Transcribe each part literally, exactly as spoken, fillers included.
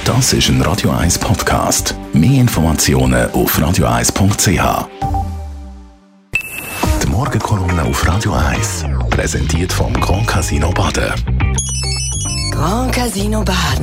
Das ist ein Radio eins Podcast. Mehr Informationen auf radio eins punkt c h. Die Morgenkolumne auf Radio eins. Präsentiert vom Grand Casino Baden. Grand Casino Baden.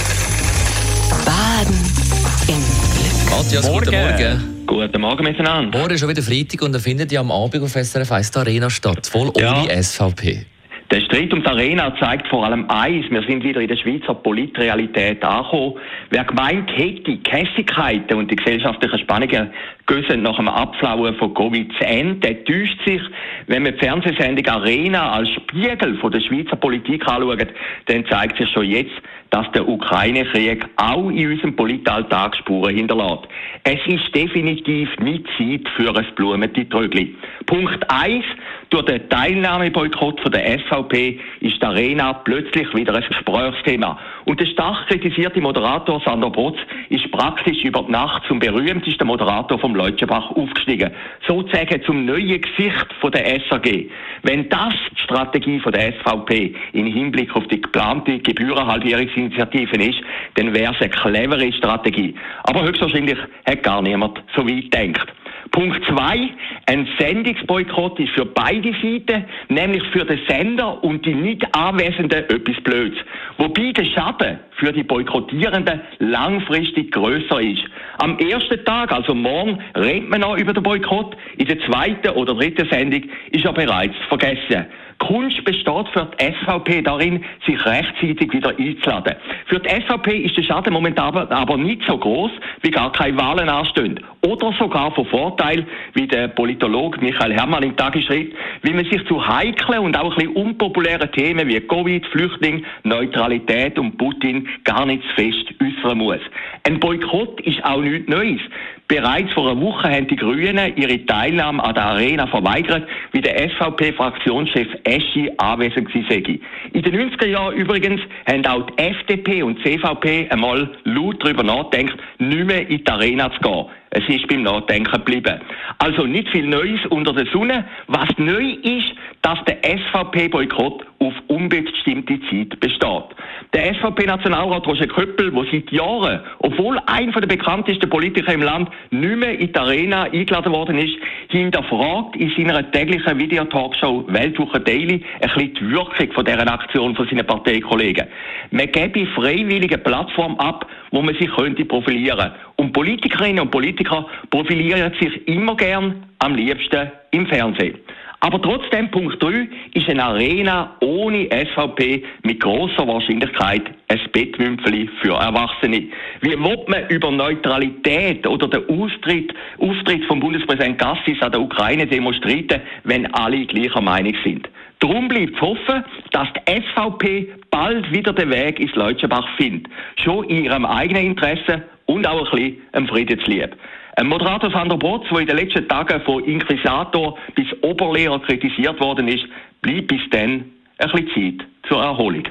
Baden im Glück. Matthias, Morgen. guten Morgen. Guten Morgen miteinander. Morgen ist schon wieder Freitag und da findet ja am Abend auf S R F eins die Arena statt, voll Ja. ohne S V P. Der Streit um die Arena zeigt vor allem eins: Wir sind wieder in der Schweizer Politrealität angekommen. Wer gemeint hätte, die Kässigkeiten und die gesellschaftlichen Spannungen gehen nach dem Abflauen von Covid zu Ende, der täuscht sich. Wenn man die Fernsehsendung Arena als Spiegel von der Schweizer Politik anschaut, dann zeigt sich schon jetzt, dass der Ukraine-Krieg auch in unserem Politalltag Spuren hinterlässt. Es ist definitiv nicht Zeit für ein Blumentrögli. Punkt eins: Durch den Teilnahmeboykott von der S V P ist die Arena plötzlich wieder ein Gesprächsthema. Und der stark kritisierte Moderator Sandro Botz ist praktisch über die Nacht zum berühmtesten Moderator vom Leutschenbach aufgestiegen. Sozusagen zum neuen Gesicht von der S R G. Wenn das die Strategie von der S V P im Hinblick auf die geplante Gebührenhalbierungsinitiative ist, dann wäre es eine clevere Strategie. Aber höchstwahrscheinlich hat gar niemand so weit gedacht. Punkt zwei: Ein Sendungsboykott ist für beide Seiten, nämlich für den Sender und die nicht Anwesenden, etwas Blöds. Wobei der Schaden für die Boykottierenden langfristig grösser ist. Am ersten Tag, also morgen, redet man noch über den Boykott. In der zweiten oder dritten Sendung ist er bereits vergessen. Kunst besteht für die S V P darin, sich rechtzeitig wieder einzuladen. Für die S V P ist der Schaden momentan aber nicht so groß, wie gar keine Wahlen anstehen. Oder sogar von Vorteil, wie der Politologe Michael Herrmann im Tag schreibt, wie man sich zu heiklen und auch ein bisschen unpopulären Themen wie Covid, Flüchtling, Neutralität und Putin gar nicht zu fest äußern muss. Ein Boykott ist auch nichts Neues. Bereits vor einer Woche haben die Grünen ihre Teilnahme an der Arena verweigert, wie der S V P-Fraktionschef Eschi anwesend gewesen sei. In den neunziger Jahren übrigens haben auch die F D P und C V P einmal laut darüber nachgedacht, nicht mehr in die Arena zu gehen. Es ist beim Nachdenken geblieben. Also nicht viel Neues unter der Sonne. Was neu ist, dass der S V P-Boykott auf unbestimmte Zeit besteht. Der S V P-Nationalrat Roger Köppel, der seit Jahren, obwohl einer der bekanntesten Politiker im Land, nicht mehr in die Arena eingeladen worden ist, hinterfragt in seiner täglichen Videotalkshow Weltwoche Daily ein bisschen die Wirkung von dieser Aktion von seinen Parteikollegen. Man gebe freiwillige Plattform ab, wo man sich könnte profilieren. Und Politikerinnen und Politiker profilieren sich immer gern, am liebsten im Fernsehen. Aber trotzdem, Punkt drei, ist eine Arena ohne S V P mit grosser Wahrscheinlichkeit ein Bettwümpfeli für Erwachsene. Wie will man über Neutralität oder den Austritt, Auftritt von Bundespräsident Gassis an der Ukraine-Demo streiten, wenn alle gleicher Meinung sind? Darum bleibt zu hoffen, dass die S V P bald wieder den Weg ins Leutschenbach findet. Schon in ihrem eigenen Interesse und auch ein bisschen im Friedenslieb. Ein Moderator Sandro Botz, der in den letzten Tagen von Inquisitor bis Oberlehrer kritisiert worden ist, bleibt bis dann ein bisschen Zeit zur Erholung.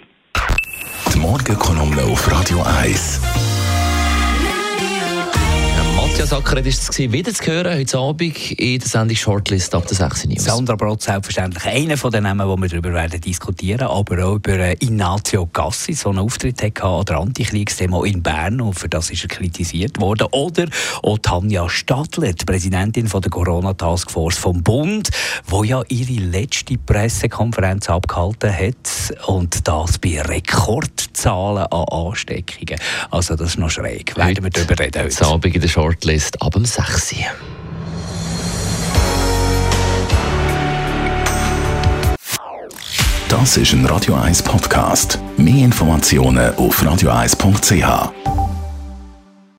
Die Morgenkolumne auf Radio eins. Matthias Ackeret war es, wieder zu hören heute Abend in der Sendung Shortlist ab der sechs News. Sandra Brot, selbstverständlich einer von den Namen, wo wir darüber werden diskutieren, aber auch über Ignazio Gassi, so einen Auftritt hatte an der Antikriegsdemo in Bern, und für das ist er kritisiert worden. Oder auch Tanja Stadler, die Präsidentin von der Corona-Taskforce vom Bund, die ja ihre letzte Pressekonferenz abgehalten hat, und das bei Rekordzahlen an Ansteckungen. Also das ist noch schräg. Werden wir darüber reden heute. Heute Abend in der Shortlist ab dem sechs. Das ist ein Radio eins Podcast. Mehr Informationen auf radio eins punkt c h.